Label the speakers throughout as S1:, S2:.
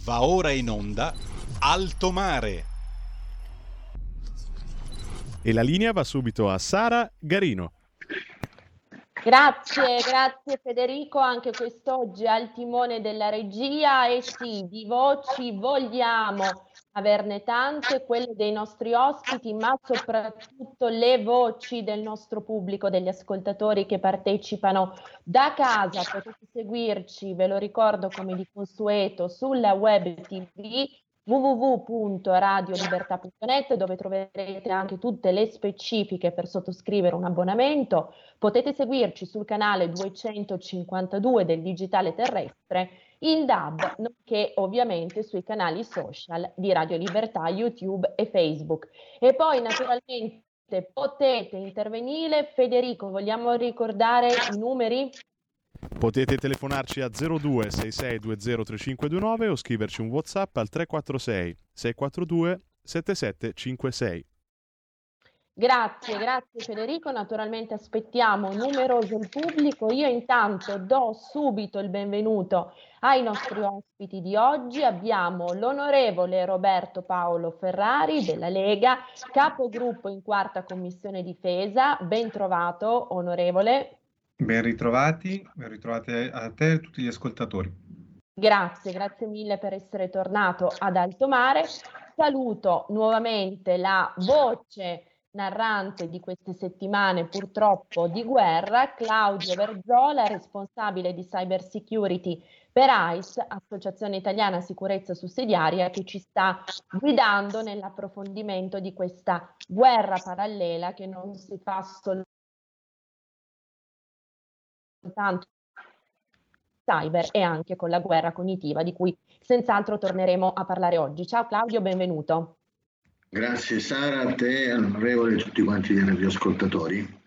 S1: Va ora in onda Alto Mare.
S2: E la linea va subito a Sara Garino.
S3: Grazie Federico, anche quest'oggi al timone della regia. E sì, di voci vogliamo averne tante, quelle dei nostri ospiti, ma soprattutto le voci del nostro pubblico, degli ascoltatori che partecipano da casa. Potete seguirci, ve lo ricordo come di consueto, sulla web TV www.radiolibertà.net, dove troverete anche tutte le specifiche per sottoscrivere un abbonamento. Potete seguirci sul canale 252 del digitale terrestre, il DAB, nonché ovviamente sui canali social di Radio Libertà, YouTube e Facebook. E poi naturalmente potete intervenire. Federico, vogliamo ricordare i numeri?
S2: Potete telefonarci a 02 6620 3529 o scriverci un WhatsApp al 346 642 7756.
S3: Grazie Federico, naturalmente aspettiamo numeroso il pubblico. Io intanto do subito il benvenuto ai nostri ospiti di oggi. Abbiamo l'onorevole Roberto Paolo Ferrari della Lega, capogruppo in quarta commissione difesa. Ben trovato, onorevole.
S4: Ben ritrovati a te e a tutti gli ascoltatori.
S3: Grazie mille per essere tornato ad Alto Mare. Saluto nuovamente la voce narrante di queste settimane purtroppo di guerra, Claudio Verzola, responsabile di Cyber Security per AIS, Associazione Italiana Sicurezza Sussidiaria, che ci sta guidando nell'approfondimento di questa guerra parallela che non si fa soltanto cyber e anche con la guerra cognitiva, di cui senz'altro torneremo a parlare oggi. Ciao Claudio, benvenuto.
S5: Grazie Sara, a te, onorevole, e a tutti quanti gli radioascoltatori.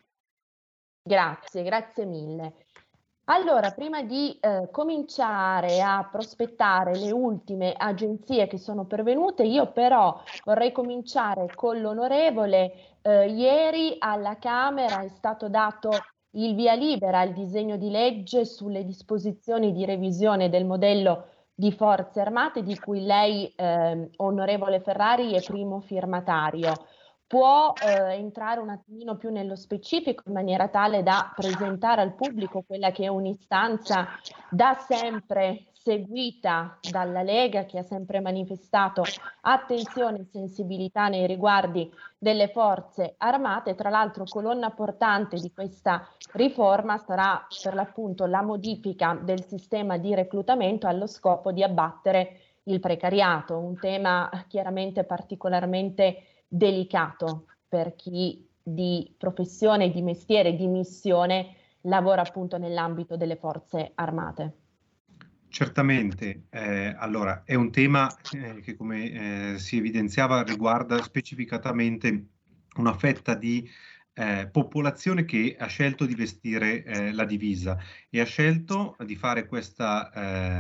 S3: Grazie mille. Allora, prima di cominciare a prospettare le ultime agenzie che sono pervenute, io però vorrei cominciare con l'onorevole. Ieri alla Camera è stato dato il via libera al disegno di legge sulle disposizioni di revisione del modello di forze armate, di cui lei, onorevole Ferrari, è primo firmatario. Può entrare un attimino più nello specifico in maniera tale da presentare al pubblico quella che è un'istanza da sempre seguita dalla Lega, che ha sempre manifestato attenzione e sensibilità nei riguardi delle forze armate. Tra l'altro, colonna portante di questa riforma sarà per l'appunto la modifica del sistema di reclutamento allo scopo di abbattere il precariato, un tema chiaramente particolarmente delicato per chi di professione, di mestiere, di missione lavora appunto nell'ambito delle forze armate.
S4: Certamente, allora è un tema che, come si evidenziava, riguarda specificatamente una fetta di popolazione che ha scelto di vestire la divisa e ha scelto di fare questa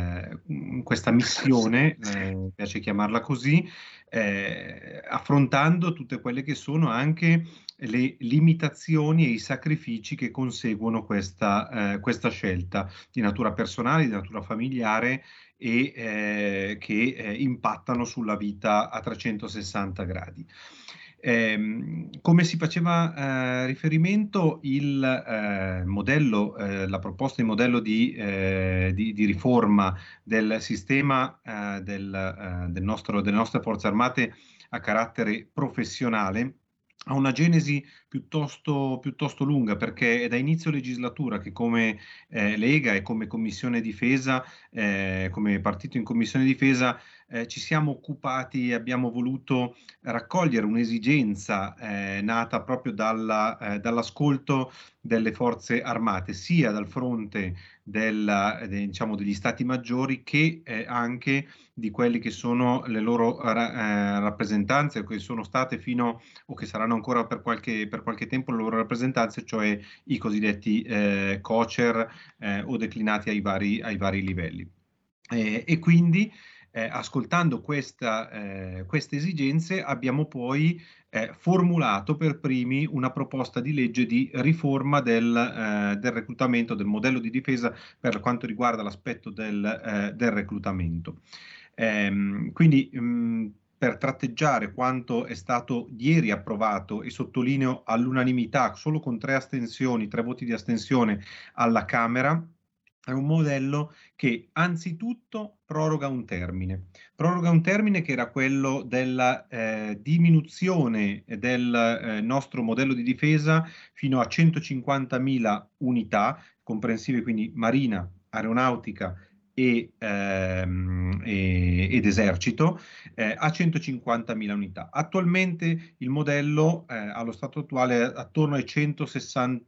S4: missione, piace chiamarla così, affrontando tutte quelle che sono anche le limitazioni e i sacrifici che conseguono questa scelta di natura personale, di natura familiare e che impattano sulla vita a 360 gradi. Come si faceva riferimento, il modello, la proposta di modello di riforma del sistema delle nostre forze armate a carattere professionale ha una genesi piuttosto lunga, perché è da inizio legislatura che come Lega e come Commissione Difesa, come partito in Commissione Difesa, ci siamo occupati e abbiamo voluto raccogliere un'esigenza nata proprio dall'ascolto delle forze armate, sia dal fronte diciamo, degli stati maggiori che anche di quelli che sono le loro rappresentanze, che sono state fino o che saranno ancora per qualche tempo le loro rappresentanze, cioè i cosiddetti COCER o declinati ai vari livelli. E quindi ascoltando queste esigenze abbiamo poi formulato per primi una proposta di legge di riforma del reclutamento, del modello di difesa per quanto riguarda l'aspetto del reclutamento. Quindi per tratteggiare quanto è stato ieri approvato, e sottolineo all'unanimità, solo con 3 voti di astensione alla Camera, è un modello che anzitutto proroga un termine che era quello della diminuzione del nostro modello di difesa fino a 150.000 unità, comprensive quindi Marina, Aeronautica ed esercito, a 150.000 unità. Attualmente il modello allo stato attuale è attorno ai 162.000,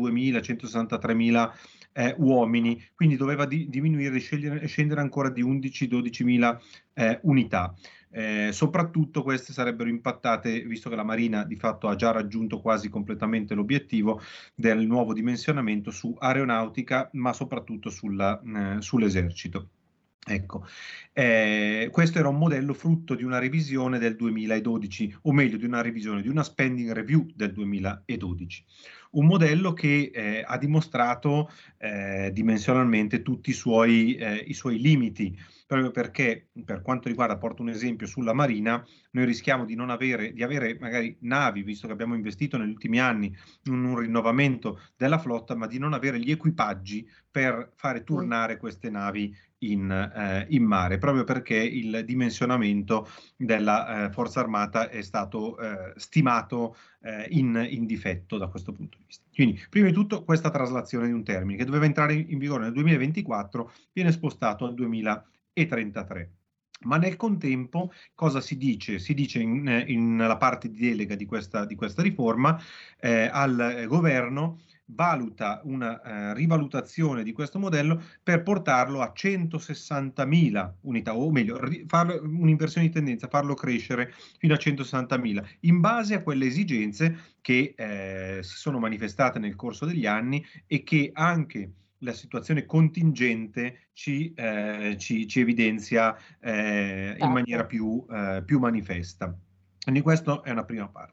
S4: 163.000 uomini, quindi doveva diminuire e scendere ancora di 11-12.000 unità. Soprattutto queste sarebbero impattate, visto che la Marina di fatto ha già raggiunto quasi completamente l'obiettivo del nuovo dimensionamento su aeronautica, ma soprattutto sull'esercito. Ecco, questo era un modello frutto di una revisione del 2012, o meglio di una revisione, di una spending review del 2012. Un modello che ha dimostrato dimensionalmente tutti i suoi limiti, proprio perché, per quanto riguarda, porto un esempio sulla Marina, noi rischiamo di avere magari navi, visto che abbiamo investito negli ultimi anni in un rinnovamento della flotta, ma di non avere gli equipaggi per fare turnare queste navi in mare, proprio perché il dimensionamento della Forza Armata è stato stimato in difetto da questo punto di vista. Quindi, prima di tutto, questa traslazione di un termine che doveva entrare in vigore nel 2024 viene spostato al 2033. Ma nel contempo cosa si dice? Si dice nella parte di delega di questa riforma al governo: valuta una rivalutazione di questo modello per portarlo a 160.000 unità, o meglio, farlo un'inversione di tendenza, farlo crescere fino a 160.000, in base a quelle esigenze che si sono manifestate nel corso degli anni e che anche la situazione contingente ci evidenzia in maniera più manifesta. Quindi questa è una prima parte.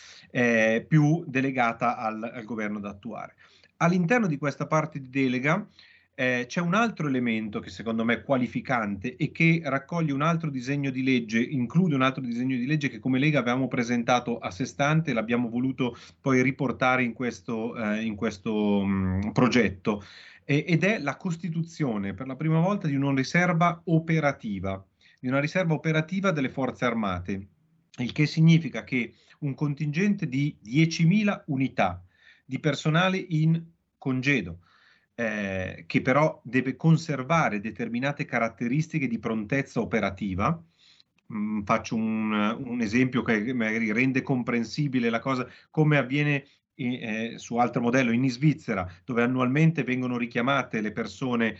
S4: Più delegata al governo da attuare. All'interno di questa parte di delega c'è un altro elemento che secondo me è qualificante e che raccoglie un altro disegno di legge, include un altro disegno di legge che come Lega avevamo presentato a sé stante e l'abbiamo voluto poi riportare in questo progetto, ed è la costituzione per la prima volta di una riserva operativa delle Forze Armate, il che significa che un contingente di 10.000 unità di personale in congedo, che però deve conservare determinate caratteristiche di prontezza operativa. Faccio un esempio che magari rende comprensibile la cosa, come avviene su altro modello in Svizzera, dove annualmente vengono richiamate le persone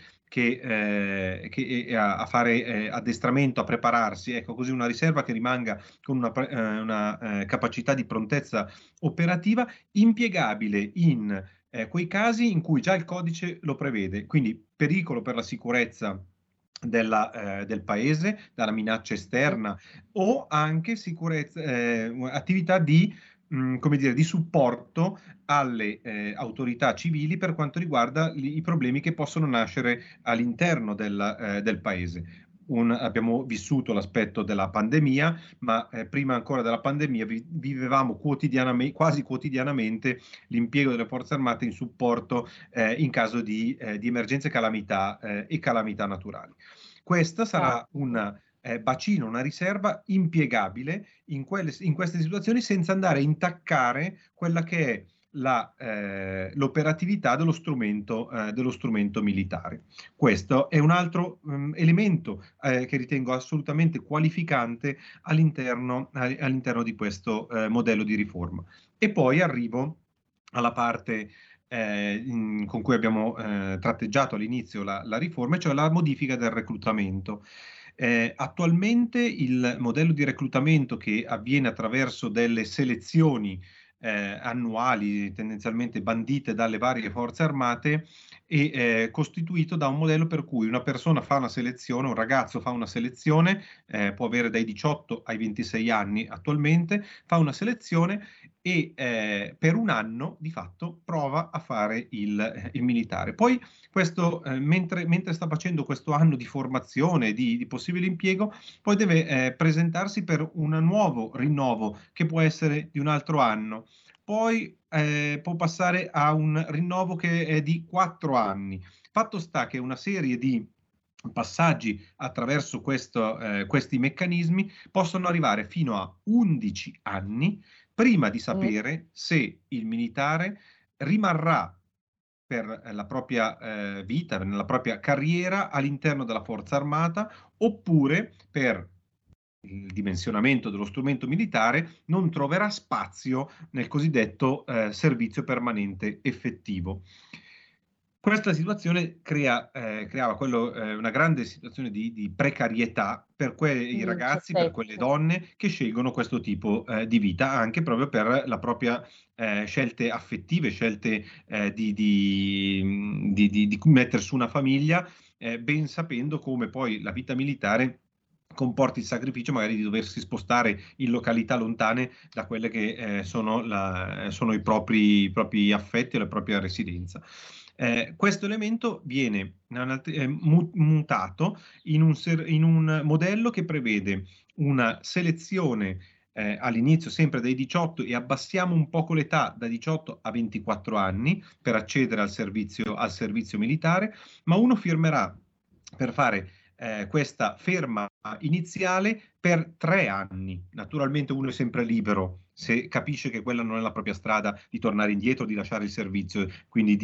S4: a fare addestramento, a prepararsi. Ecco, così una riserva che rimanga con una capacità di prontezza operativa impiegabile in quei casi in cui già il codice lo prevede, quindi pericolo per la sicurezza del paese, dalla minaccia esterna, o anche attività di supporto alle autorità civili per quanto riguarda i problemi che possono nascere all'interno del paese. Abbiamo vissuto l'aspetto della pandemia, ma prima ancora della pandemia vivevamo quasi quotidianamente l'impiego delle Forze Armate in supporto in caso di emergenze e calamità naturali. Questa sarà un bacino, una riserva impiegabile in queste situazioni, senza andare a intaccare quella che è l'operatività dello strumento militare. Questo è un altro elemento che ritengo assolutamente qualificante all'interno di questo modello di riforma. E poi arrivo alla parte con cui abbiamo tratteggiato all'inizio la riforma, cioè la modifica del reclutamento. Attualmente il modello di reclutamento, che avviene attraverso delle selezioni annuali, tendenzialmente bandite dalle varie forze armate, è costituito da un modello per cui una persona fa una selezione, un ragazzo fa una selezione, può avere dai 18 ai 26 anni attualmente, fa una selezione e per un anno di fatto prova a fare il militare. Poi questo, mentre sta facendo questo anno di formazione, di possibile impiego, poi deve presentarsi per un nuovo rinnovo che può essere di un altro anno. Poi può passare a un rinnovo che è di 4 anni. Fatto sta che una serie di passaggi attraverso questi meccanismi possono arrivare fino a 11 anni prima di sapere se il militare rimarrà per la propria vita, nella propria carriera all'interno della forza armata, oppure per il dimensionamento dello strumento militare non troverà spazio nel cosiddetto servizio permanente effettivo. Questa situazione creava una grande situazione di precarietà per quei ragazzi, per quelle donne che scelgono questo tipo di vita, anche proprio per la propria scelte affettive, scelte di mettere su una famiglia, ben sapendo come poi la vita militare comporti il sacrificio magari di doversi spostare in località lontane da quelle che sono i propri affetti o la propria residenza. Questo elemento viene mutato in un modello che prevede una selezione all'inizio sempre dai 18 e abbassiamo un poco l'età da 18 a 24 anni per accedere al servizio militare, ma uno firmerà per fare questa ferma iniziale per 3 anni. Naturalmente uno è sempre libero, se capisce che quella non è la propria strada, di tornare indietro, di lasciare il servizio, quindi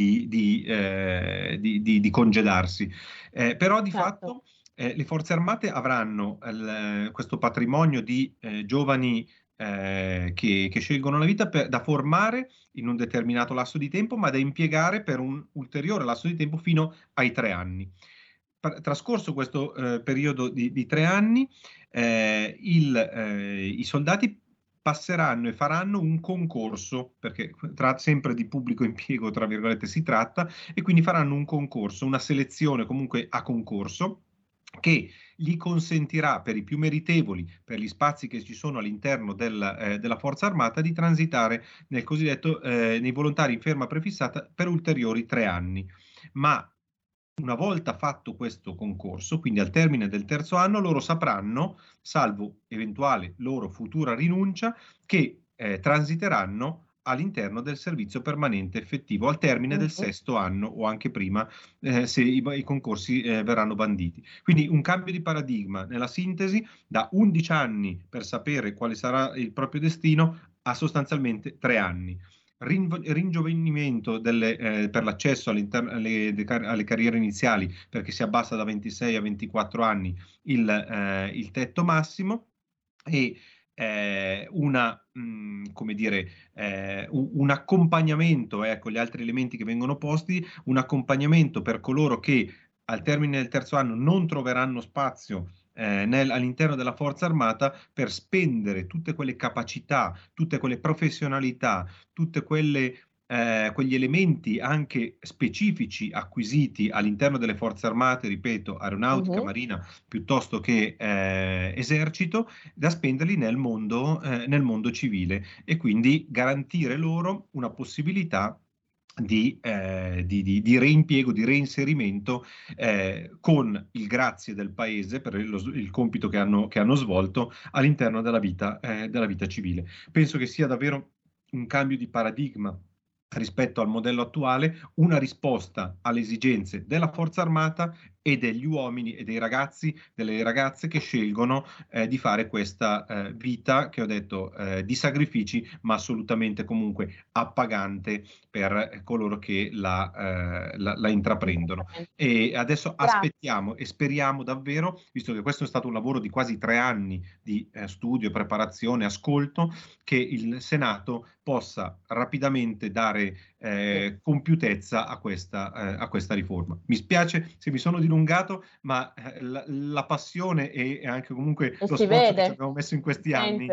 S4: di congedarsi. Però di fatto le forze armate avranno questo patrimonio di giovani che scelgono la vita da formare in un determinato lasso di tempo, ma da impiegare per un ulteriore lasso di tempo fino ai 3 anni. Trascorso questo periodo di 3 anni, i soldati passeranno e faranno un concorso, perché sempre di pubblico impiego, tra virgolette, si tratta, e quindi faranno un concorso, una selezione comunque a concorso, che gli consentirà, per i più meritevoli, per gli spazi che ci sono all'interno della Forza Armata, di transitare nel cosiddetto nei volontari in ferma prefissata per ulteriori 3 anni. Ma una volta fatto questo concorso, quindi al termine del terzo anno, loro sapranno, salvo eventuale loro futura rinuncia, che transiteranno all'interno del servizio permanente effettivo al termine del sesto anno o anche prima, se i concorsi verranno banditi. Quindi un cambio di paradigma nella sintesi, da 11 anni per sapere quale sarà il proprio destino a sostanzialmente 3 anni. Ringiovenimento per l'accesso alle carriere iniziali, perché si abbassa da 26 a 24 anni il tetto massimo, e un accompagnamento, ecco gli altri elementi che vengono posti, un accompagnamento per coloro che al termine del terzo anno non troveranno spazio all'interno della Forza Armata, per spendere tutte quelle capacità, tutte quelle professionalità, tutte quegli elementi anche specifici acquisiti all'interno delle Forze Armate, ripeto, aeronautica, marina, piuttosto che esercito, da spenderli nel mondo civile, e quindi garantire loro una possibilità di reimpiego, di reinserimento, con il grazie del paese per il compito che hanno svolto all'interno della vita civile. Penso che sia davvero un cambio di paradigma rispetto al modello attuale, una risposta alle esigenze della Forza Armata e degli uomini e dei ragazzi, delle ragazze che scelgono di fare questa vita, che ho detto, di sacrifici, ma assolutamente comunque appagante per coloro che la intraprendono. E adesso aspettiamo e speriamo davvero, visto che questo è stato un lavoro di quasi 3 anni di studio, preparazione, ascolto, che il Senato possa rapidamente dare compiutezza a questa riforma. Mi spiace se mi sono dilungato, ma la passione e anche comunque lo sforzo che ci abbiamo messo in questi anni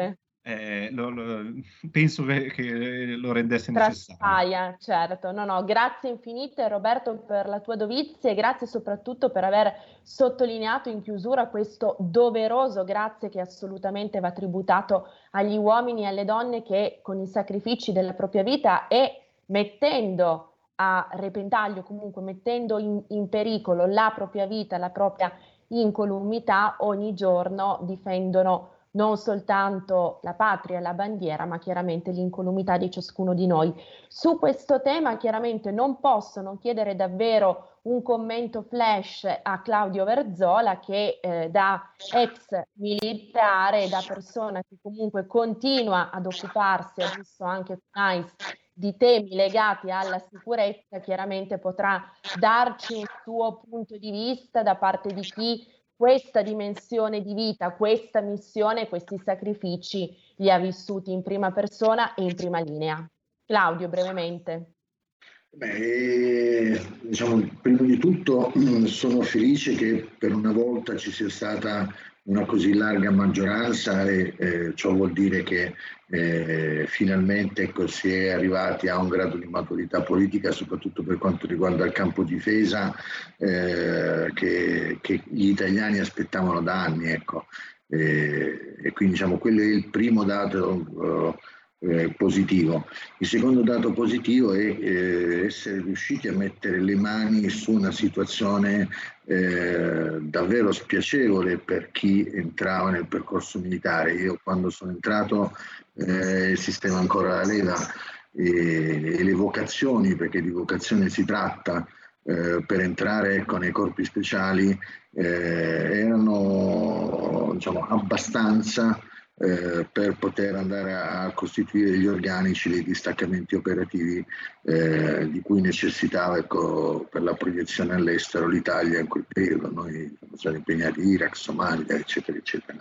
S4: penso che lo rendesse necessario.
S3: Traspaia, certo. No, grazie infinite Roberto per la tua dovizia e grazie soprattutto per aver sottolineato in chiusura questo doveroso grazie che assolutamente va tributato agli uomini e alle donne che con i sacrifici della propria vita e mettendo a repentaglio, comunque mettendo in pericolo la propria vita, la propria incolumità, ogni giorno difendono non soltanto la patria e la bandiera, ma chiaramente l'incolumità di ciascuno di noi. Su questo tema chiaramente non posso non chiedere davvero un commento flash a Claudio Verzola che da ex militare, da persona che comunque continua ad occuparsi, ha visto anche con ICE, di temi legati alla sicurezza, chiaramente potrà darci un suo punto di vista da parte di chi questa dimensione di vita, questa missione, questi sacrifici li ha vissuti in prima persona e in prima linea. Claudio, brevemente.
S5: Diciamo, prima di tutto sono felice che per una volta ci sia stata una così larga maggioranza e ciò vuol dire che finalmente si è arrivati a un grado di maturità politica, soprattutto per quanto riguarda il campo difesa, che gli italiani aspettavano da anni. Ecco. E quindi diciamo, quello è il primo dato positivo. Il secondo dato positivo è essere riusciti a mettere le mani su una situazione davvero spiacevole per chi entrava nel percorso militare. Io quando sono entrato il sistema ancora la leva e le vocazioni, perché di vocazione si tratta, per entrare nei corpi speciali erano diciamo, abbastanza per poter andare a costituire gli organici dei distaccamenti operativi di cui necessitava per la proiezione all'estero l'Italia in quel periodo. Noi siamo stati impegnati in Iraq, Somalia, eccetera, eccetera.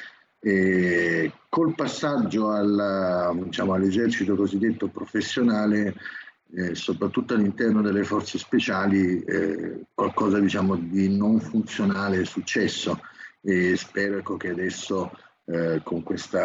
S5: E col passaggio all'esercito cosiddetto professionale, soprattutto all'interno delle forze speciali, qualcosa di non funzionale è successo e spero che adesso con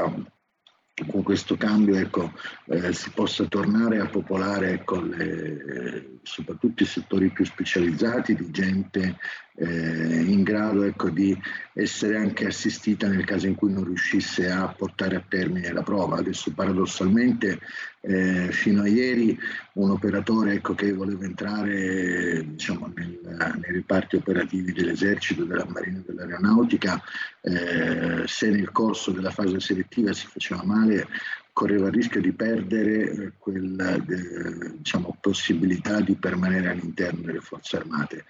S5: questo cambio si possa tornare a popolare soprattutto i settori più specializzati di gente in grado di essere anche assistita nel caso in cui non riuscisse a portare a termine la prova. Adesso paradossalmente fino a ieri un operatore che voleva entrare nei reparti operativi dell'esercito, della marina e dell'aeronautica, se nel corso della fase selettiva si faceva male correva il rischio di perdere quella possibilità di permanere all'interno delle forze armate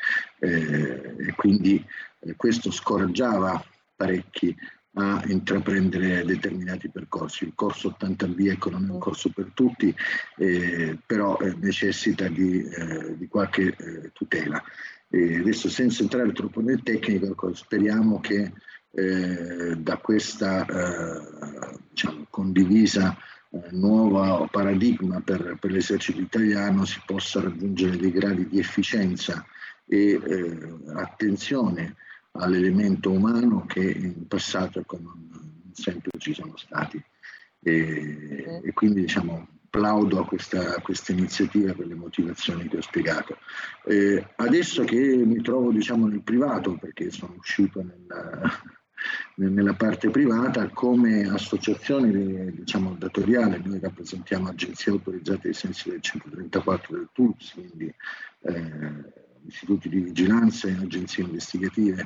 S5: e quindi questo scoraggiava parecchi a intraprendere determinati percorsi. Il corso 80B non è un corso per tutti, però necessita di qualche tutela. Adesso, senza entrare troppo nel tecnico, speriamo che da questa condivisa nuova paradigma per l'esercito italiano si possa raggiungere dei gradi di efficienza e attenzione all'elemento umano che in passato non sempre ci sono stati e quindi plaudo a questa iniziativa per le motivazioni che ho spiegato. Adesso che mi trovo nel privato, perché sono uscito nella parte privata, come associazione datoriale noi rappresentiamo agenzie autorizzate ai sensi del 134 del TULPS, quindi istituti di vigilanza e agenzie investigative.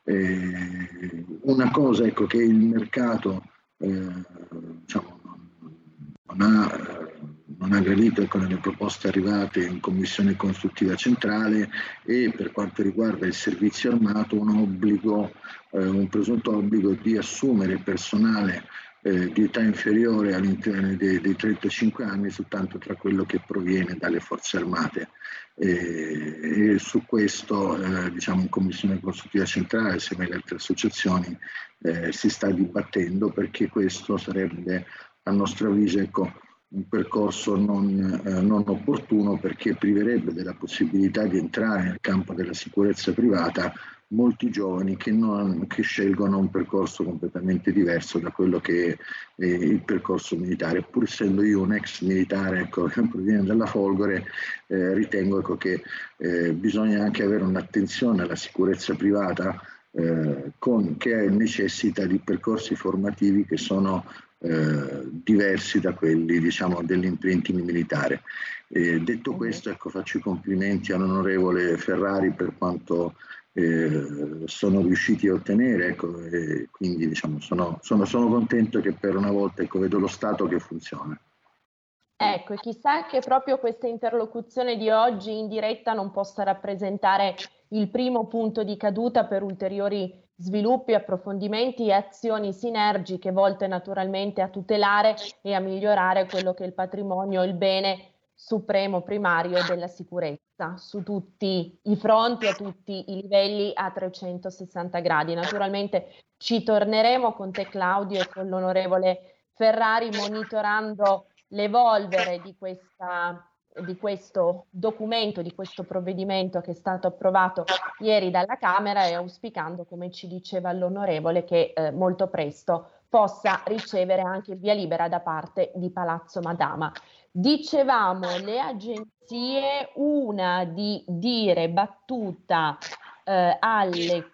S5: Una cosa che il mercato non ha gradito nelle proposte arrivate in Commissione Consultiva Centrale e per quanto riguarda il servizio armato un presunto obbligo di assumere personale di età inferiore all'interno dei 35 anni soltanto tra quello che proviene dalle forze armate. E su questo in Commissione Consultiva Centrale, assieme alle altre associazioni, si sta dibattendo, perché questo sarebbe, a nostro avviso, un percorso non opportuno, perché priverebbe della possibilità di entrare nel campo della sicurezza privata molti giovani che scelgono un percorso completamente diverso da quello che è il percorso militare. Pur essendo io un ex militare, ecco, che proviene dalla Folgore, ritengo, ecco, che bisogna anche avere un'attenzione alla sicurezza privata, che necessita di percorsi formativi che sono diversi da quelli, diciamo, dell'imprinting militare. Detto questo, ecco, faccio i complimenti all'onorevole Ferrari per quanto sono riusciti a ottenere, ecco, e quindi, diciamo, sono contento che per una volta, ecco, vedo lo Stato che funziona.
S3: Ecco, e chissà che proprio questa interlocuzione di oggi in diretta non possa rappresentare il primo punto di caduta per ulteriori sviluppi, approfondimenti e azioni sinergiche volte naturalmente a tutelare e a migliorare quello che è il patrimonio, il bene supremo primario della sicurezza su tutti i fronti, a tutti i livelli, a 360 gradi. Naturalmente ci torneremo con te, Claudio, e con l'onorevole Ferrari, monitorando l'evolvere di questo documento, di questo provvedimento che è stato approvato ieri dalla Camera, e auspicando, come ci diceva l'onorevole, che molto presto possa ricevere anche il via libera da parte di Palazzo Madama. Dicevamo, le agenzie, una di dire battuta alle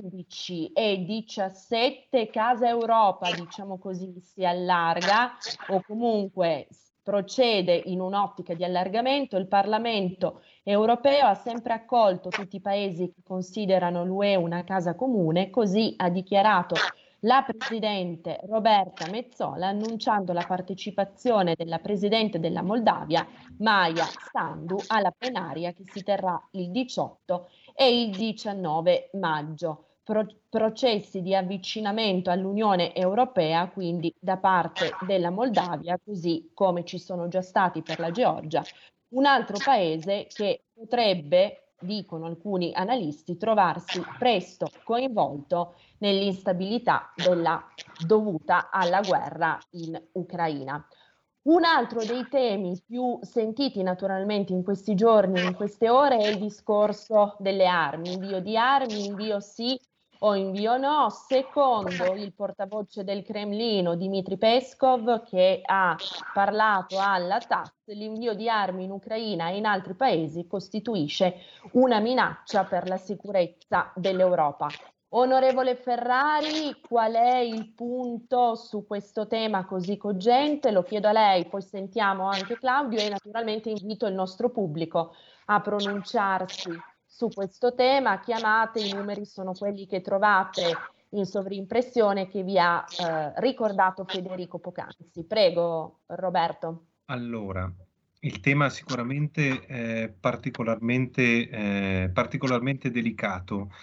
S3: 15:17, Casa Europa, diciamo così, si allarga o comunque procede in un'ottica di allargamento. Il Parlamento europeo ha sempre accolto tutti i paesi che considerano l'UE una casa comune, così ha dichiarato la Presidente Roberta Metsola, annunciando la partecipazione della Presidente della Moldavia, Maia Sandu, alla plenaria che si terrà il 18 e il 19 maggio. Processi di avvicinamento all'Unione Europea, quindi da parte della Moldavia, così come ci sono già stati per la Georgia, un altro paese che potrebbe, dicono alcuni analisti, trovarsi presto coinvolto nell'instabilità dovuta alla guerra in Ucraina. Un altro dei temi più sentiti naturalmente in questi giorni, in queste ore, è il discorso delle armi, invio di armi, invio sì o invio no. Secondo il portavoce del Cremlino, Dmitry Peskov, che ha parlato alla TASS, l'invio di armi in Ucraina e in altri paesi costituisce una minaccia per la sicurezza dell'Europa. Onorevole Ferrari, qual è il punto su questo tema così cogente? Lo chiedo a lei, poi sentiamo anche Claudio e naturalmente invito il nostro pubblico a pronunciarsi su questo tema. Chiamate, i numeri sono quelli che trovate in sovrimpressione che vi ha ricordato Federico poc'anzi. Prego, Roberto.
S4: Allora, il tema sicuramente è particolarmente delicato.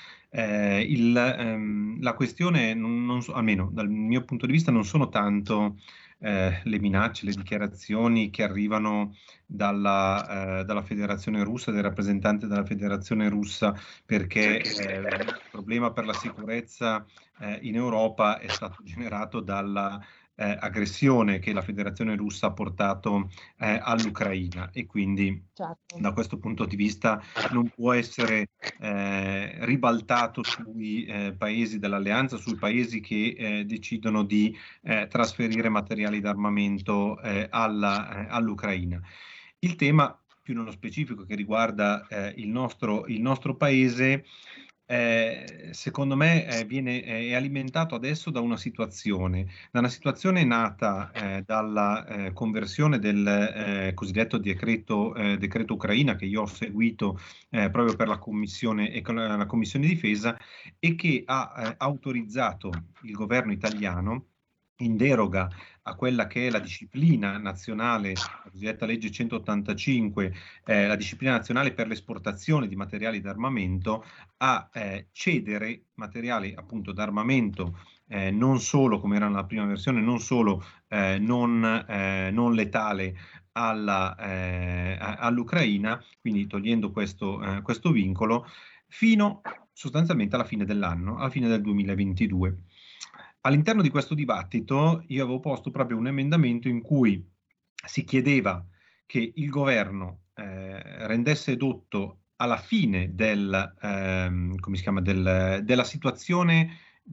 S4: La questione, almeno dal mio punto di vista, non sono tanto le minacce, le dichiarazioni che arrivano dalla Federazione Russa, dai rappresentanti della Federazione Russa, perché il problema per la sicurezza in Europa è stato generato dalla aggressione che la Federazione Russa ha portato all'Ucraina, e quindi da questo punto di vista non può essere ribaltato sui paesi dell'alleanza, sui paesi che decidono di trasferire materiali d'armamento all'Ucraina. Il tema più nello specifico che riguarda il nostro paese, secondo me è alimentato adesso da una situazione nata dalla conversione del cosiddetto decreto Ucraina, che io ho seguito proprio per la Commissione Difesa, e che ha autorizzato il governo italiano, in deroga a quella che è la disciplina nazionale, la cosiddetta legge 185, la disciplina nazionale per l'esportazione di materiali d'armamento, a cedere materiali appunto d'armamento, non solo, come era nella prima versione, non solo non letale all'Ucraina, quindi togliendo questo vincolo, fino sostanzialmente alla fine dell'anno, alla fine del 2022. All'interno di questo dibattito io avevo posto proprio un emendamento in cui si chiedeva che il governo rendesse edotto alla fine della situazione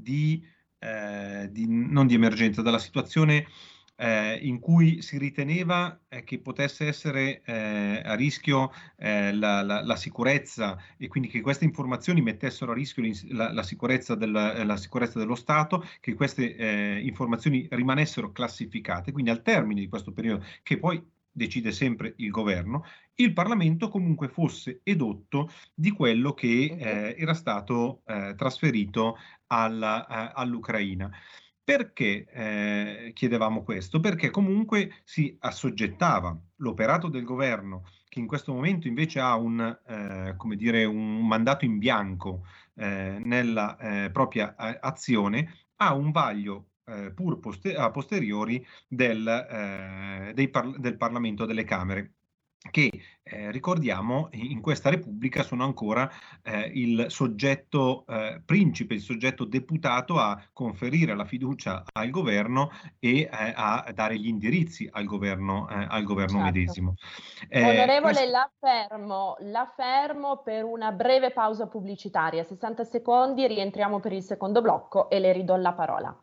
S4: non di emergenza, dalla situazione in cui si riteneva che potesse essere a rischio la sicurezza, e quindi che queste informazioni mettessero a rischio la sicurezza dello Stato, che queste informazioni rimanessero classificate. Quindi al termine di questo periodo, che poi decide sempre il governo, il Parlamento comunque fosse edotto di quello che era stato trasferito all'Ucraina. Perché chiedevamo questo? Perché comunque si assoggettava l'operato del governo, che in questo momento invece ha un mandato in bianco nella propria azione, a un vaglio a posteriori del Parlamento, delle Camere, che ricordiamo in questa Repubblica sono ancora il soggetto principe, il soggetto deputato a conferire la fiducia al governo e a dare gli indirizzi al governo
S3: Certo.
S4: medesimo.
S3: Onorevole, la fermo per una breve pausa pubblicitaria, 60 secondi, rientriamo per il secondo blocco e le ridò la parola.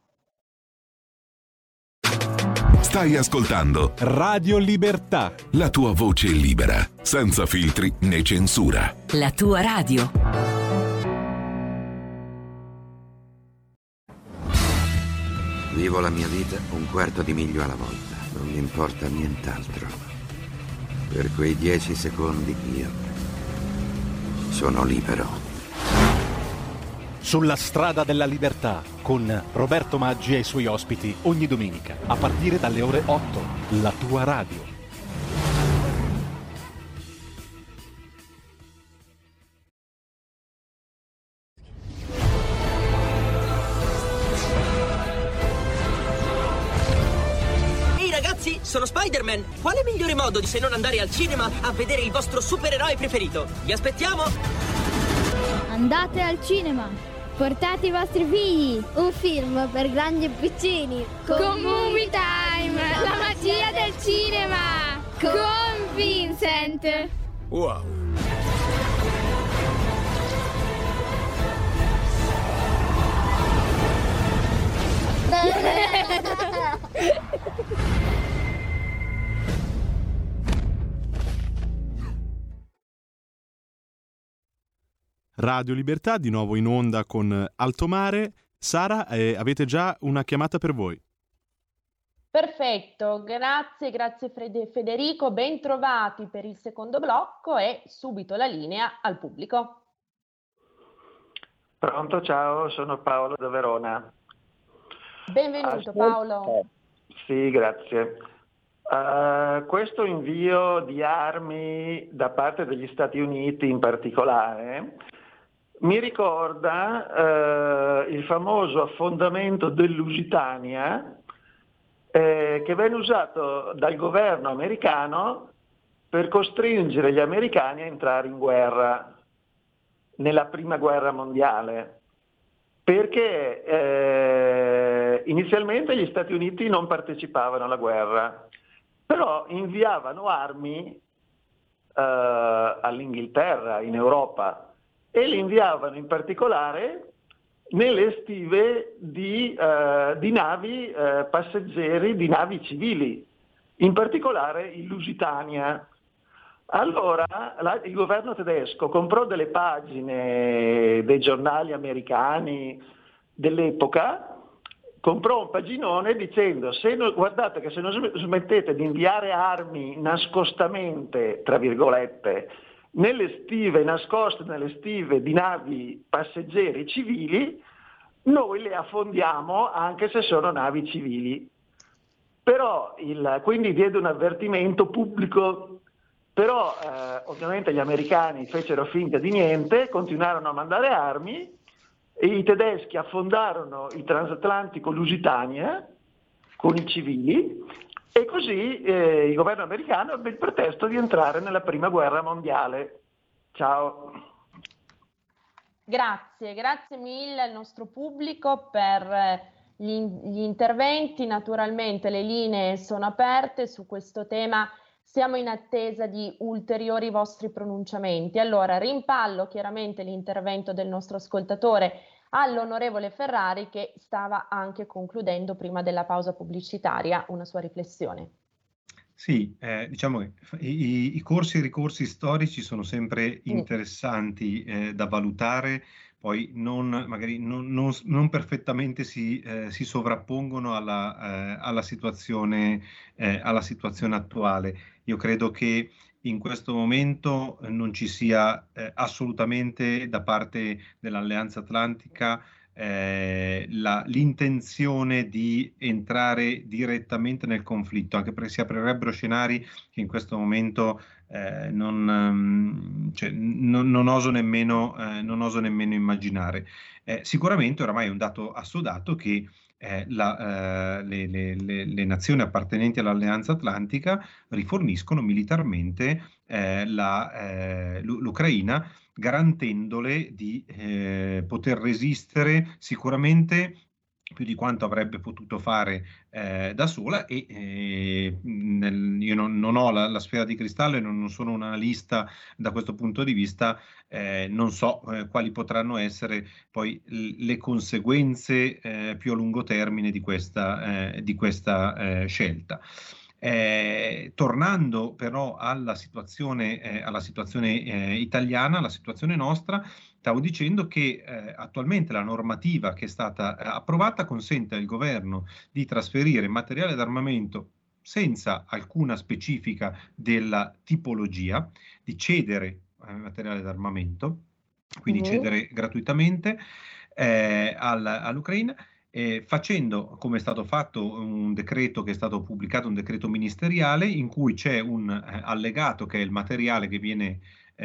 S6: Stai ascoltando
S1: Radio Libertà,
S6: la tua voce libera, senza filtri né censura.
S7: La tua radio.
S8: Vivo la mia vita un quarto di miglio alla volta, non mi importa nient'altro. Per quei 10 secondi io sono libero.
S1: sulla strada della libertà, con Roberto Maggi e i suoi ospiti ogni domenica, a partire dalle ore 8, la tua radio.
S9: Ragazzi, sono Spider-Man. Quale migliore modo di se non andare al cinema a vedere il vostro supereroe preferito? Vi aspettiamo!
S10: Andate al cinema! Portate i vostri figli! Un film per grandi e piccini! Con Movie Time! La magia del cinema! Con Vincent!
S6: Wow!
S2: Radio Libertà di nuovo in onda con Alto Mare. Sara, avete già una chiamata per voi.
S3: Perfetto, grazie Federico, ben trovati per il secondo blocco e subito la linea al pubblico.
S11: Pronto, ciao, sono Paolo da Verona.
S3: Benvenuto Paolo.
S11: Sì, grazie. Questo invio di armi da parte degli Stati Uniti in particolare mi ricorda il famoso affondamento del Lusitania che venne usato dal governo americano per costringere gli americani a entrare in guerra nella prima guerra mondiale, perché inizialmente gli Stati Uniti non partecipavano alla guerra, però inviavano armi all'Inghilterra, in Europa, e le inviavano in particolare nelle stive di navi passeggeri, di navi civili, in particolare il Lusitania. Allora il governo tedesco comprò delle pagine dei giornali americani dell'epoca, comprò un paginone dicendo guardate che se non smettete di inviare armi nascostamente, tra virgolette, nascoste nelle stive di navi passeggeri civili, noi le affondiamo anche se sono navi civili. Però quindi diede un avvertimento pubblico, però ovviamente gli americani fecero finta di niente, continuarono a mandare armi e i tedeschi affondarono il transatlantico Lusitania con i civili, e così il governo americano ebbe il pretesto di entrare nella prima guerra mondiale. Ciao.
S3: Grazie mille al nostro pubblico per gli interventi. Naturalmente le linee sono aperte su questo tema, siamo in attesa di ulteriori vostri pronunciamenti. Allora, rimpallo chiaramente l'intervento del nostro ascoltatore all'onorevole Ferrari, che stava anche concludendo prima della pausa pubblicitaria una sua riflessione.
S4: Sì, diciamo che i corsi e i ricorsi storici sono sempre interessanti da valutare, poi magari non perfettamente si sovrappongono alla situazione attuale. Io credo che in questo momento non ci sia assolutamente da parte dell'Alleanza Atlantica l'intenzione di entrare direttamente nel conflitto, anche perché si aprirebbero scenari che in questo momento non oso nemmeno immaginare. Sicuramente oramai è un dato assodato che le nazioni appartenenti all'Alleanza Atlantica riforniscono militarmente l'Ucraina, garantendole di poter resistere sicuramente più di quanto avrebbe potuto fare da sola, e io non ho la sfera di cristallo e non sono un analista da questo punto di vista, non so quali potranno essere poi le conseguenze più a lungo termine di questa scelta. Tornando però alla situazione italiana, alla situazione nostra, stavo dicendo che attualmente la normativa che è stata approvata consente al governo di trasferire materiale d'armamento senza alcuna specifica della tipologia, di cedere materiale d'armamento, quindi cedere gratuitamente all'Ucraina, facendo, come è stato fatto, un decreto che è stato pubblicato, un decreto ministeriale in cui c'è un allegato che è il materiale che viene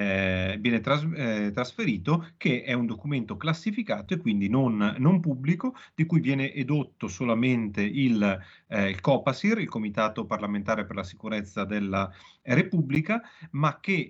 S4: trasferito, che è un documento classificato e quindi non pubblico, di cui viene edotto solamente il COPASIR, il Comitato Parlamentare per la Sicurezza della Repubblica, ma che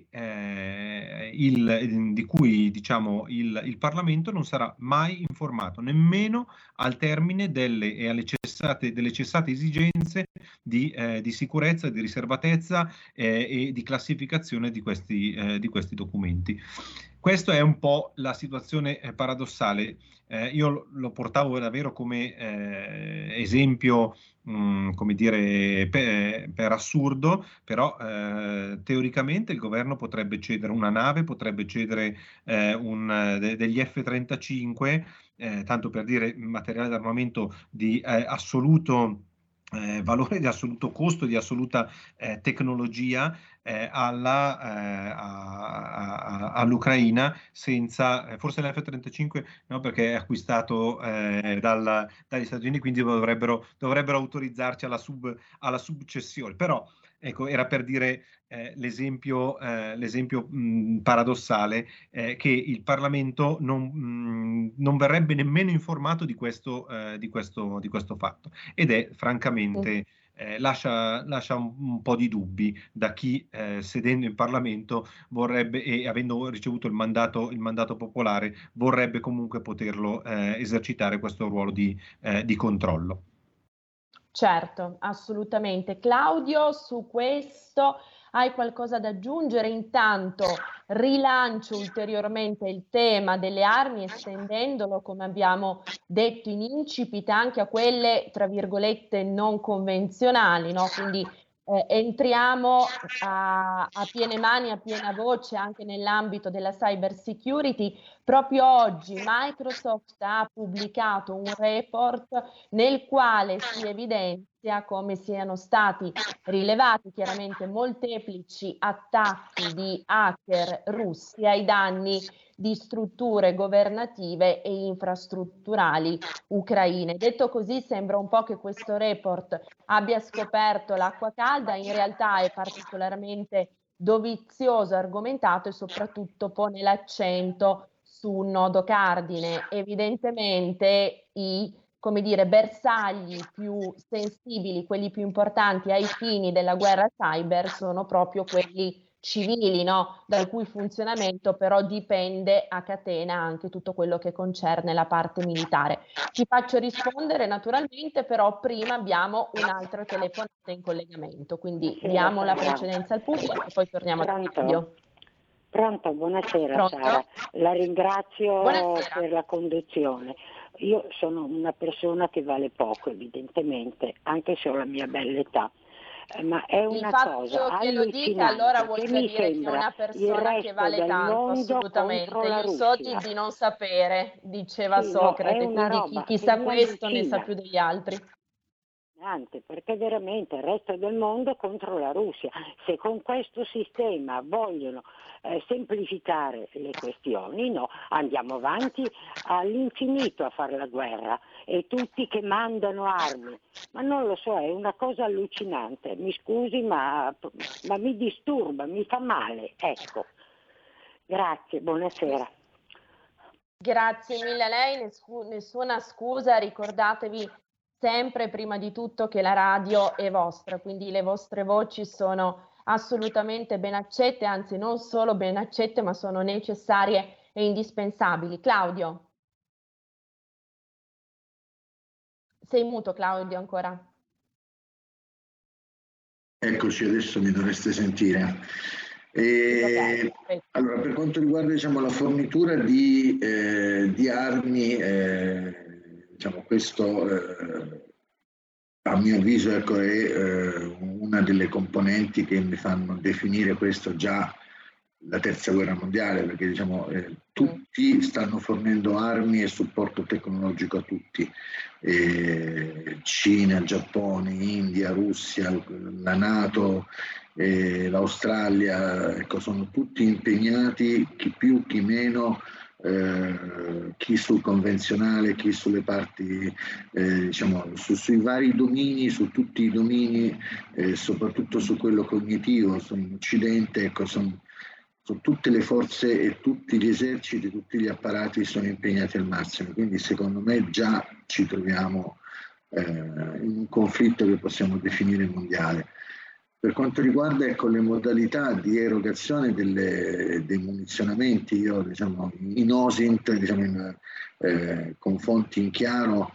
S4: di cui diciamo il Parlamento non sarà mai informato, nemmeno al termine delle cessate esigenze di sicurezza, di riservatezza e di classificazione di questi documenti. Questa è un po' la situazione paradossale. Io lo portavo davvero come esempio, come dire, per assurdo, però teoricamente il governo potrebbe cedere una nave, potrebbe cedere degli F-35, tanto per dire materiale d'armamento di assoluto valore, di assoluto costo, di assoluta tecnologia all'Ucraina, senza forse l'F-35 no, perché è acquistato dagli Stati Uniti, quindi dovrebbero autorizzarci alla subcessione, però ecco, era per dire l'esempio paradossale, che il Parlamento non verrebbe nemmeno informato di questo fatto, ed è francamente lascia un po' di dubbi da chi sedendo in Parlamento vorrebbe, e avendo ricevuto il mandato popolare, vorrebbe comunque poterlo esercitare questo ruolo di controllo.
S3: Certo, assolutamente. Claudio, su questo hai qualcosa da aggiungere? Intanto rilancio ulteriormente il tema delle armi, estendendolo, come abbiamo detto in incipit, anche a quelle, tra virgolette, non convenzionali, no? Quindi entriamo a piene mani, a piena voce anche nell'ambito della cyber security. Proprio oggi Microsoft ha pubblicato un report nel quale si evidenzia come siano stati rilevati chiaramente molteplici attacchi di hacker russi ai danni di strutture governative e infrastrutturali ucraine. Detto così, sembra un po' che questo report abbia scoperto l'acqua calda, in realtà è particolarmente dovizioso, argomentato e soprattutto pone l'accento su un nodo cardine. Evidentemente i bersagli più sensibili, quelli più importanti ai fini della guerra cyber, sono proprio quelli civili, no? Dal cui funzionamento però dipende a catena anche tutto quello che concerne la parte militare. Ti faccio rispondere naturalmente, però prima abbiamo un'altra telefonata in collegamento, quindi diamo la precedenza al pubblico e poi torniamo al video.
S7: Pronto, buonasera.
S3: Pronto?
S7: Sara, la ringrazio
S3: Buonasera.
S7: per la conduzione. Io sono una persona che vale poco, evidentemente, anche se ho la mia bella età. Ma è una cosa
S3: che lo dica allora vuol
S7: che mi
S3: dire che è
S7: sembra
S3: una persona che vale tanto, assolutamente. Io so di non sapere, diceva
S7: Sì,
S3: Socrate,
S7: no, è una
S3: quindi
S7: roba
S3: chi sa
S7: che mi
S3: questo ne
S7: allucina.
S3: sa più degli altri.
S7: Perché veramente il resto del mondo è contro la Russia. Se con questo sistema vogliono semplificare le questioni, no, andiamo avanti all'infinito a fare la guerra e tutti che mandano armi. Ma non lo so, è una cosa allucinante. Mi scusi, ma mi disturba, mi fa male. Ecco. Grazie, buonasera.
S3: Grazie mille a lei, nessuna scusa, ricordatevi sempre prima di tutto che la radio è vostra, quindi le vostre voci sono assolutamente ben accette, anzi non solo ben accette, ma sono necessarie e indispensabili. Claudio? Sei muto, Claudio, ancora?
S5: Eccoci, adesso mi dovreste sentire. Allora, per quanto riguarda la fornitura di armi, questo a mio avviso è una delle componenti che mi fanno definire questo già la terza guerra mondiale, perché tutti stanno fornendo armi e supporto tecnologico a tutti, Cina, Giappone, India, Russia, la NATO, l'Australia, ecco, sono tutti impegnati, chi più chi meno, chi sul convenzionale, chi sulle parti, sui vari domini, su tutti i domini, soprattutto su quello cognitivo, in Occidente, ecco, sono tutte le forze e tutti gli eserciti, tutti gli apparati sono impegnati al massimo, quindi secondo me già ci troviamo in un conflitto che possiamo definire mondiale. Per quanto riguarda le modalità di erogazione dei munizionamenti, io in OSINT, con fonti in chiaro,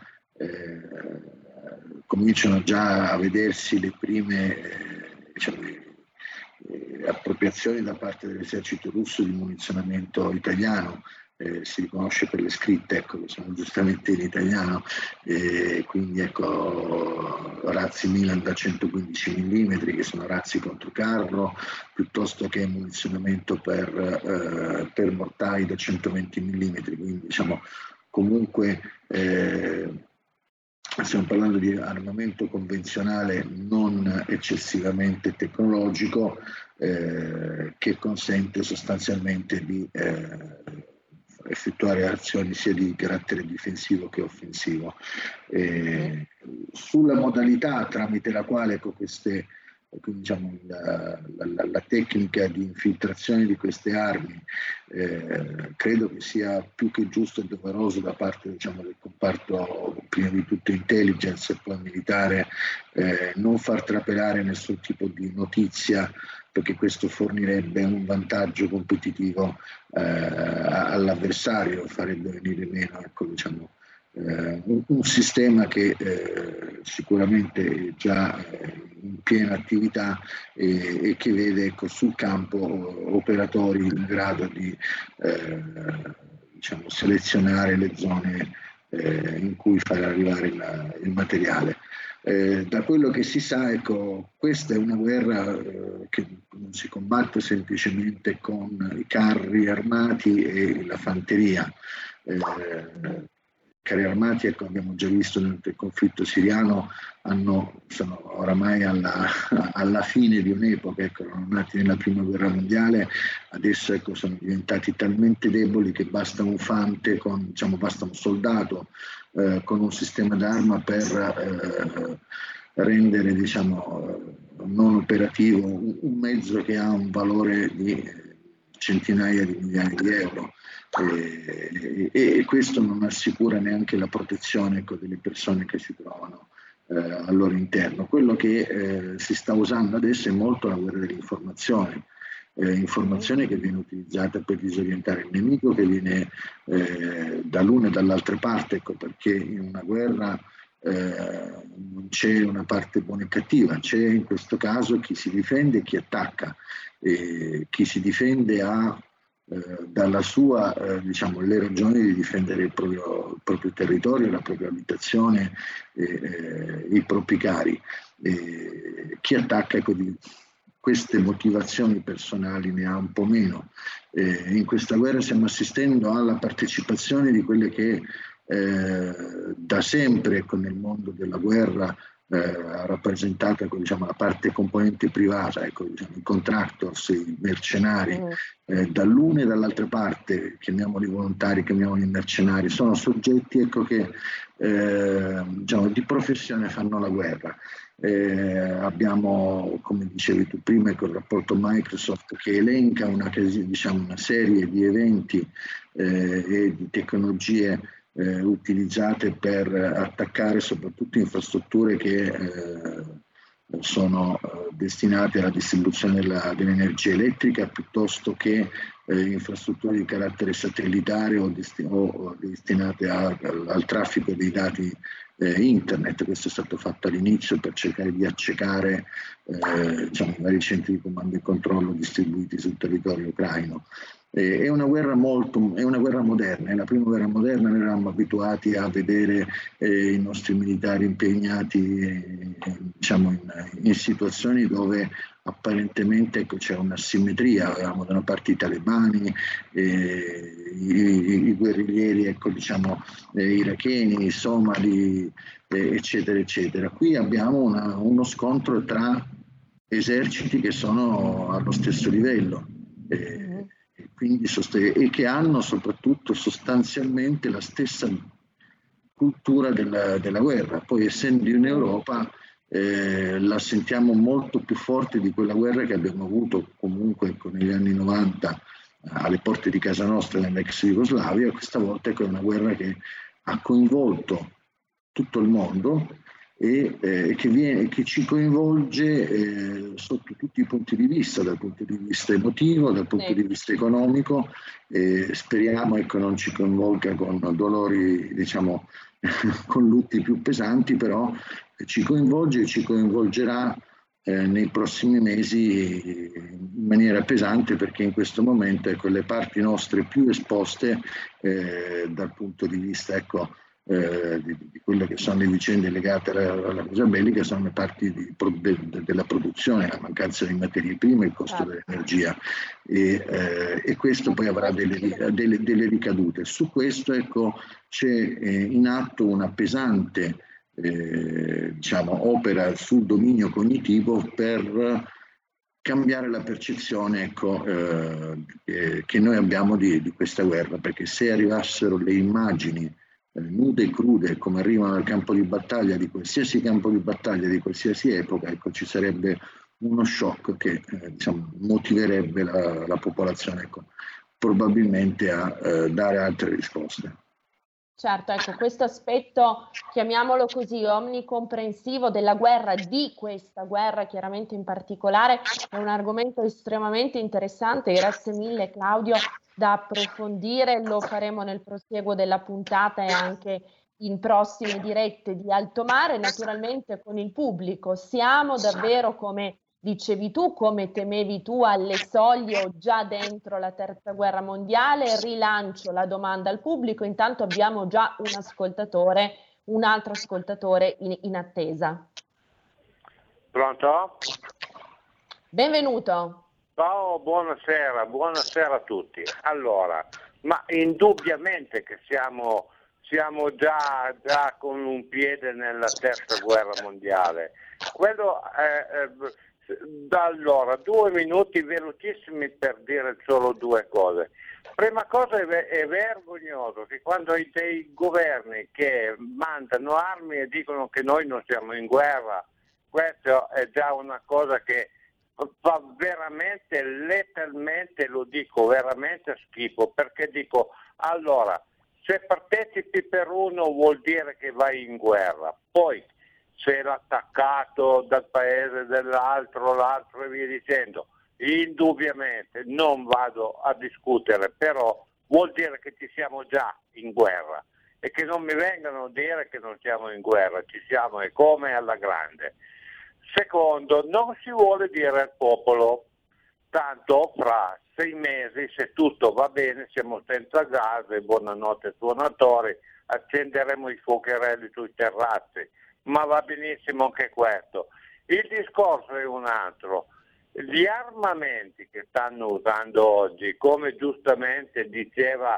S5: cominciano già a vedersi le prime appropriazioni da parte dell'esercito russo di munizionamento italiano. Si riconosce per le scritte, ecco, che sono giustamente in italiano, quindi ecco, razzi Milan da 115 mm, che sono razzi contro carro, piuttosto che munizionamento per mortai da 120 mm, quindi comunque stiamo parlando di armamento convenzionale non eccessivamente tecnologico, che consente sostanzialmente di effettuare azioni sia di carattere difensivo che offensivo. Sulla modalità tramite la quale la tecnica di infiltrazione di queste armi, credo che sia più che giusto e doveroso da parte del comparto, prima di tutto intelligence e poi militare, non far trapelare nessun tipo di notizia, perché questo fornirebbe un vantaggio competitivo all'avversario, farebbe venire meno, ecco, un sistema che sicuramente è già in piena attività e che vede, ecco, sul campo operatori in grado di selezionare le zone in cui far arrivare il materiale. Da quello che si sa, ecco, questa è una guerra che non si combatte semplicemente con i carri armati e la fanteria. Carri armati, ecco, abbiamo già visto durante il conflitto siriano, sono oramai alla fine di un'epoca, ecco, erano nati nella prima guerra mondiale, adesso, ecco, sono diventati talmente deboli che basta un fante, basta un soldato con un sistema d'arma per rendere non operativo un mezzo che ha un valore di centinaia di migliaia di euro. E questo non assicura neanche la protezione, ecco, delle persone che si trovano al loro interno. Quello che si sta usando adesso è molto la guerra dell'informazione, informazione che viene utilizzata per disorientare il nemico, che viene dall'una e dall'altra parte, ecco, perché in una guerra non c'è una parte buona e cattiva, c'è in questo caso chi si difende e chi attacca. Chi si difende ha dalla sua le ragioni di difendere il proprio territorio, la propria abitazione, i propri cari. Chi attacca, ecco, di queste motivazioni personali ne ha un po' meno. In questa guerra stiamo assistendo alla partecipazione di quelle che da sempre, ecco, nel mondo della guerra ha rappresentato, ecco, la parte componente privata, ecco, i contractors, i mercenari, dall'una e dall'altra parte, chiamiamoli volontari, chiamiamoli mercenari, sono soggetti, ecco, che di professione fanno la guerra. Abbiamo, come dicevi tu prima, ecco, il rapporto Microsoft che elenca una serie di eventi e di tecnologie utilizzate per attaccare soprattutto infrastrutture che sono destinate alla distribuzione dell'energia elettrica, piuttosto che infrastrutture di carattere satellitare o destinate al traffico dei dati internet. Questo è stato fatto all'inizio per cercare di accecare i vari centri di comando e controllo distribuiti sul territorio ucraino. È una guerra moderna, è la prima guerra moderna. Noi eravamo abituati a vedere i nostri militari impegnati in situazioni dove apparentemente, ecco, c'è un'asimmetria. Avevamo da una parte i talebani, i guerriglieri, ecco, iracheni, i somali, eccetera eccetera. Qui abbiamo uno scontro tra eserciti che sono allo stesso livello. Quindi e che hanno soprattutto sostanzialmente la stessa cultura della guerra. Poi, essendo in Europa, la sentiamo molto più forte di quella guerra che abbiamo avuto comunque negli anni 90 alle porte di casa nostra nell'ex Jugoslavia. Questa volta è una guerra che ha coinvolto tutto il mondo e che ci coinvolge sotto tutti i punti di vista, dal punto di vista emotivo, dal punto di vista economico. Speriamo, ecco, non ci coinvolga con dolori, con lutti più pesanti, però ci coinvolge e ci coinvolgerà nei prossimi mesi in maniera pesante, perché in questo momento, ecco, le parti nostre più esposte dal punto di vista, ecco, di quelle che sono le vicende legate alla cosa bellica sono le parti della produzione, la mancanza di materie prime, il costo dell'energia, e questo poi avrà delle ricadute. Su questo, ecco, c'è in atto una pesante opera sul dominio cognitivo per cambiare la percezione, ecco, che noi abbiamo di questa guerra, perché se arrivassero le immagini nude e crude come arrivano dal campo di battaglia, di qualsiasi campo di battaglia, di qualsiasi epoca, ecco, ci sarebbe uno shock che motiverebbe la popolazione, ecco, probabilmente a dare altre risposte.
S3: Certo, ecco, questo aspetto, chiamiamolo così, omnicomprensivo della guerra, di questa guerra chiaramente in particolare, è un argomento estremamente interessante. Grazie mille, Claudio, da approfondire. Lo faremo nel prosieguo della puntata e anche in prossime dirette di Alto Mare, naturalmente con il pubblico. Siamo davvero, come dicevi tu, come temevi tu, alle soglie o già dentro la terza guerra mondiale. Rilancio la domanda al pubblico, intanto abbiamo già un altro ascoltatore in attesa.
S12: Pronto?
S3: Benvenuto.
S12: Ciao, buonasera a tutti. Allora, ma indubbiamente che siamo già con un piede nella terza guerra mondiale. Quello allora, 2 minuti velocissimi per dire solo 2 cose. Prima cosa, è vergognoso che quando hai dei governi che mandano armi e dicono che noi non siamo in guerra, questo è già una cosa che fa veramente, letteralmente, lo dico, veramente schifo, perché dico, allora, se partecipi per uno vuol dire che vai in guerra, poi se l'attaccato dal paese dell'altro, l'altro e via dicendo, indubbiamente non vado a discutere, però vuol dire che ci siamo già in guerra e che non mi vengano a dire che non siamo in guerra, ci siamo e come alla grande. Secondo, non si vuole dire al popolo, tanto fra 6 mesi, se tutto va bene, siamo senza gas e buonanotte suonatori, accenderemo i fuocherelli sui terrazzi, ma va benissimo anche questo. Il discorso è un altro. Gli armamenti che stanno usando oggi, come giustamente diceva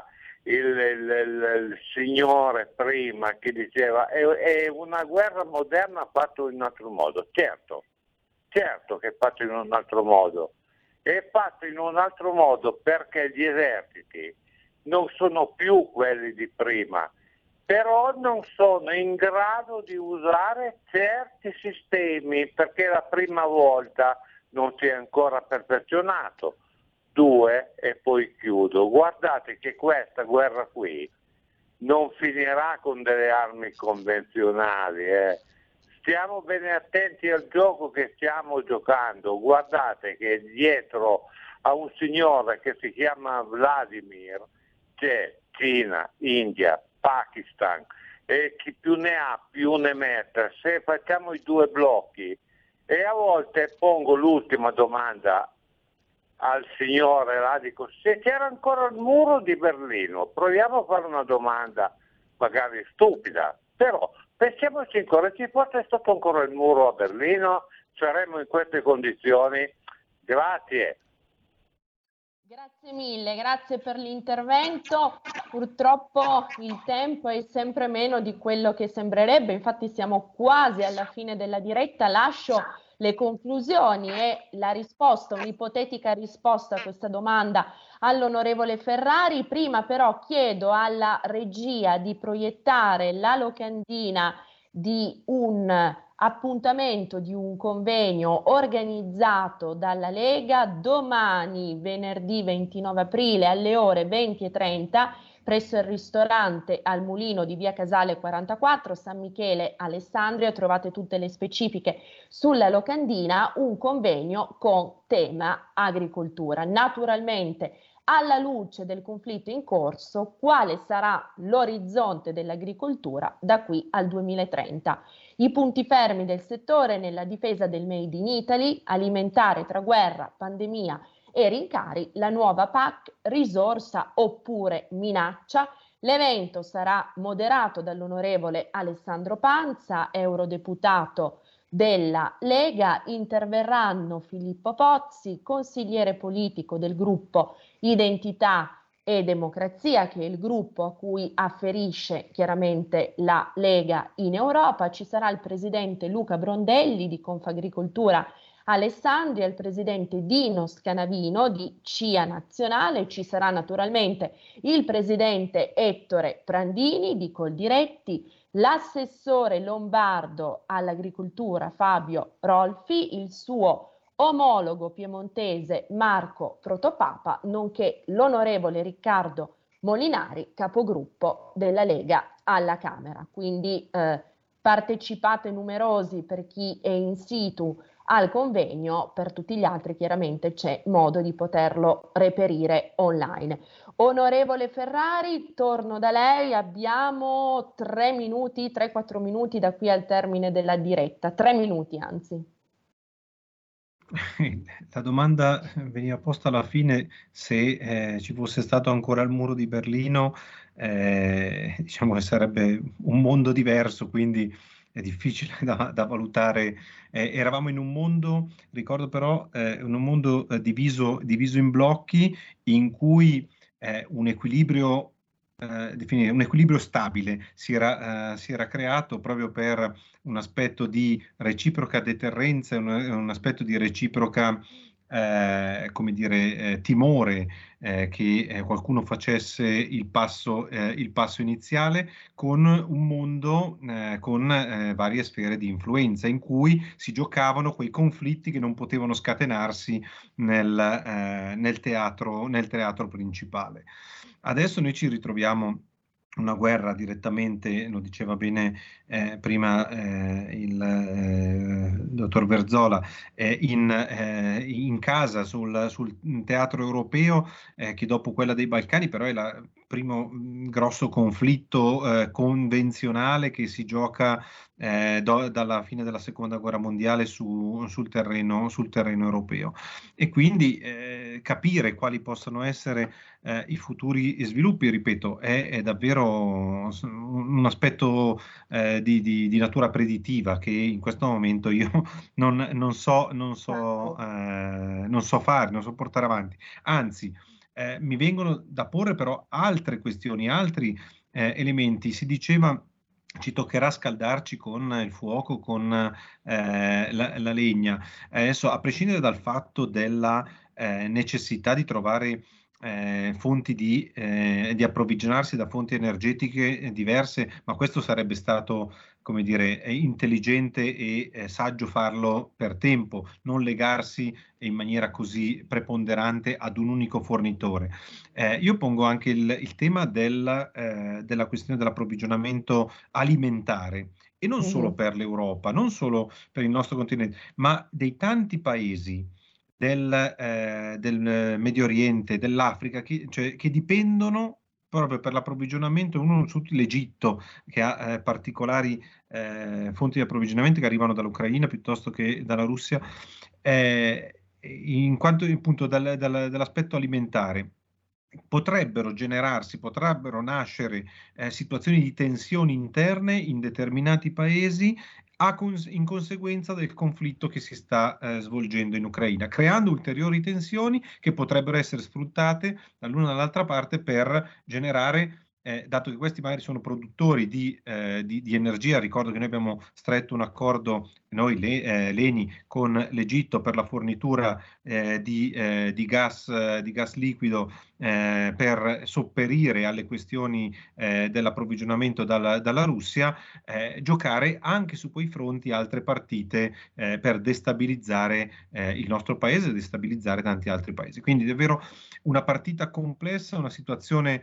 S12: il signore prima, che diceva è una guerra moderna fatta in un altro modo. Certo che è fatto in un altro modo. È fatto in un altro modo perché gli eserciti non sono più quelli di prima, però non sono in grado di usare certi sistemi perché la prima volta non si è ancora perfezionato. 2, e poi chiudo, guardate che questa guerra qui non finirà con delle armi convenzionali, Stiamo bene attenti al gioco che stiamo giocando. Guardate che dietro a un signore che si chiama Vladimir c'è Cina, India, Pakistan e chi più ne ha più ne metta. Se facciamo i 2 blocchi, e a volte pongo l'ultima domanda al signore, là dico, se c'era ancora il muro di Berlino, proviamo a fare una domanda magari stupida, però pensiamoci ancora, ci fosse stato ancora il muro a Berlino, saremmo in queste condizioni? Grazie.
S3: Grazie mille, grazie per l'intervento. Purtroppo il tempo è sempre meno di quello che sembrerebbe, infatti siamo quasi alla fine della diretta. Lascio le conclusioni e la risposta, un'ipotetica risposta a questa domanda all'onorevole Ferrari. Prima però chiedo alla regia di proiettare la locandina di un appuntamento, di un convegno organizzato dalla Lega domani, venerdì 29 aprile alle ore 20:30 presso il ristorante Al Mulino di via Casale 44, San Michele, Alessandria. Trovate tutte le specifiche sulla locandina, un convegno con tema agricoltura. Naturalmente, alla luce del conflitto in corso, quale sarà l'orizzonte dell'agricoltura da qui al 2030? I punti fermi del settore nella difesa del Made in Italy, alimentare tra guerra, pandemia e rincari, la nuova PAC, risorsa oppure minaccia. L'evento sarà moderato dall'onorevole Alessandro Panza, eurodeputato della Lega. Interverranno Filippo Pozzi, consigliere politico del gruppo Identità e Democrazia, che è il gruppo a cui afferisce chiaramente la Lega in Europa. Ci sarà il presidente Luca Brondelli di Confagricoltura Alessandria, il presidente Dino Scanavino di CIA Nazionale. Ci sarà naturalmente il presidente Ettore Prandini di Coldiretti, l'assessore lombardo all'agricoltura Fabio Rolfi, il suo omologo piemontese Marco Protopapa, nonché l'onorevole Riccardo Molinari, capogruppo della Lega alla Camera. Quindi partecipate numerosi per chi è in situ al convegno, per tutti gli altri chiaramente c'è modo di poterlo reperire online. Onorevole Ferrari, torno da lei, abbiamo 3-4 minuti da qui al termine della diretta, 3 minuti anzi.
S4: La domanda veniva posta alla fine se ci fosse stato ancora il muro di Berlino, diciamo che sarebbe un mondo diverso, quindi è difficile da valutare. Eravamo in un mondo, ricordo però, in un mondo diviso in blocchi in cui un equilibrio stabile si era creato proprio per un aspetto di reciproca deterrenza, un aspetto di reciproca timore che qualcuno facesse il passo iniziale, con un mondo con varie sfere di influenza in cui si giocavano quei conflitti che non potevano scatenarsi nel teatro principale. Adesso noi ci ritroviamo una guerra direttamente, lo diceva bene prima il dottor Verzola, in casa sul teatro europeo, che dopo quella dei Balcani però è il primo grosso conflitto convenzionale che si gioca dalla fine della seconda guerra mondiale sul terreno europeo, e quindi capire quali possono essere i futuri sviluppi, ripeto, è davvero un aspetto di natura preditiva che in questo momento io non so fare, non so portare avanti. Anzi, mi vengono da porre però altre questioni, altri elementi. Si diceva ci toccherà scaldarci con il fuoco, con la legna. Adesso, a prescindere dal fatto della necessità di trovare fonti di approvvigionarsi da fonti energetiche diverse, ma questo sarebbe stato, come dire, intelligente e saggio farlo per tempo, non legarsi in maniera così preponderante ad un unico fornitore. Io pongo anche il tema della questione dell'approvvigionamento alimentare, e non solo per l'Europa, non solo per il nostro continente, ma dei tanti paesi del Medio Oriente, dell'Africa, che dipendono proprio per l'approvvigionamento, uno su tutti l'Egitto, che ha particolari fonti di approvvigionamento che arrivano dall'Ucraina piuttosto che dalla Russia, in quanto appunto dall'aspetto alimentare. Potrebbero nascere situazioni di tensioni interne in determinati paesi in conseguenza del conflitto che si sta svolgendo in Ucraina, creando ulteriori tensioni che potrebbero essere sfruttate dall'una dall'altra parte per generare, dato che questi magari sono produttori di energia. Ricordo che noi abbiamo stretto un accordo, noi l'ENI, con l'Egitto per la fornitura di gas liquido per sopperire alle questioni dell'approvvigionamento dalla Russia, giocare anche su quei fronti altre partite per destabilizzare il nostro paese e destabilizzare tanti altri paesi. Quindi davvero una partita complessa, una situazione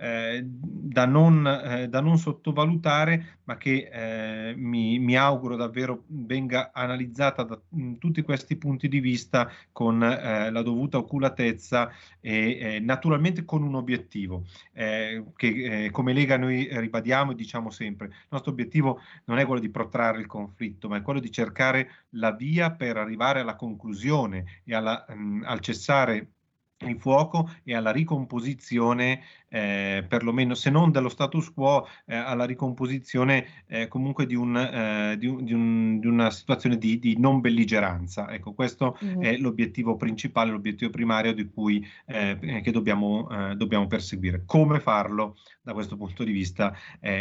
S4: da non sottovalutare, ma che mi auguro davvero venga analizzata da tutti questi punti di vista con la dovuta oculatezza e naturalmente con un obiettivo che come Lega noi ribadiamo e diciamo sempre: il nostro obiettivo non è quello di protrarre il conflitto, ma è quello di cercare la via per arrivare alla conclusione e al cessare il fuoco e alla ricomposizione, perlomeno se non dello status quo, alla ricomposizione comunque di una situazione di non belligeranza. Ecco, questo è l'obiettivo principale, l'obiettivo primario di cui che dobbiamo perseguire. Come farlo da questo punto di vista?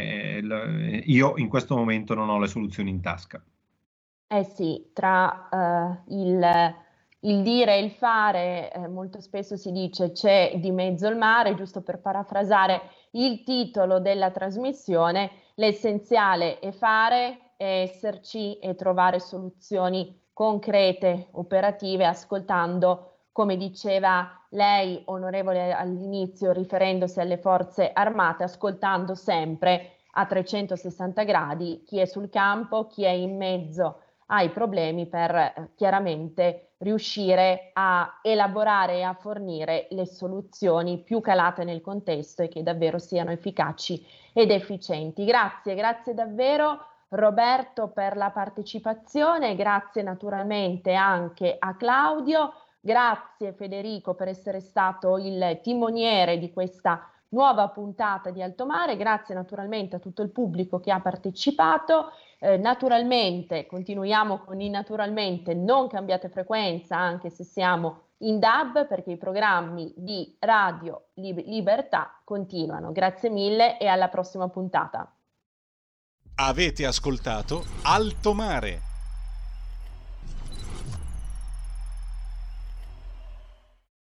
S4: Io in questo momento non ho le soluzioni in tasca.
S3: Sì, tra il dire e il fare, molto spesso si dice c'è di mezzo il mare. Giusto per parafrasare il titolo della trasmissione, l'essenziale è fare, è esserci e trovare soluzioni concrete, operative, ascoltando, come diceva lei, onorevole, all'inizio, riferendosi alle forze armate, ascoltando sempre a 360 gradi chi è sul campo, chi è in mezzo ai problemi, per chiaramente riuscire a elaborare e a fornire le soluzioni più calate nel contesto e che davvero siano efficaci ed efficienti. Grazie davvero Roberto per la partecipazione, grazie naturalmente anche a Claudio, grazie Federico per essere stato il timoniere di questa nuova puntata di Alto Mare, grazie naturalmente a tutto il pubblico che ha partecipato. Naturalmente continuiamo con il naturalmente, non cambiate frequenza anche se siamo in DAB, perché i programmi di Radio Libertà continuano. Grazie mille e alla prossima puntata.
S1: Avete ascoltato Alto Mare.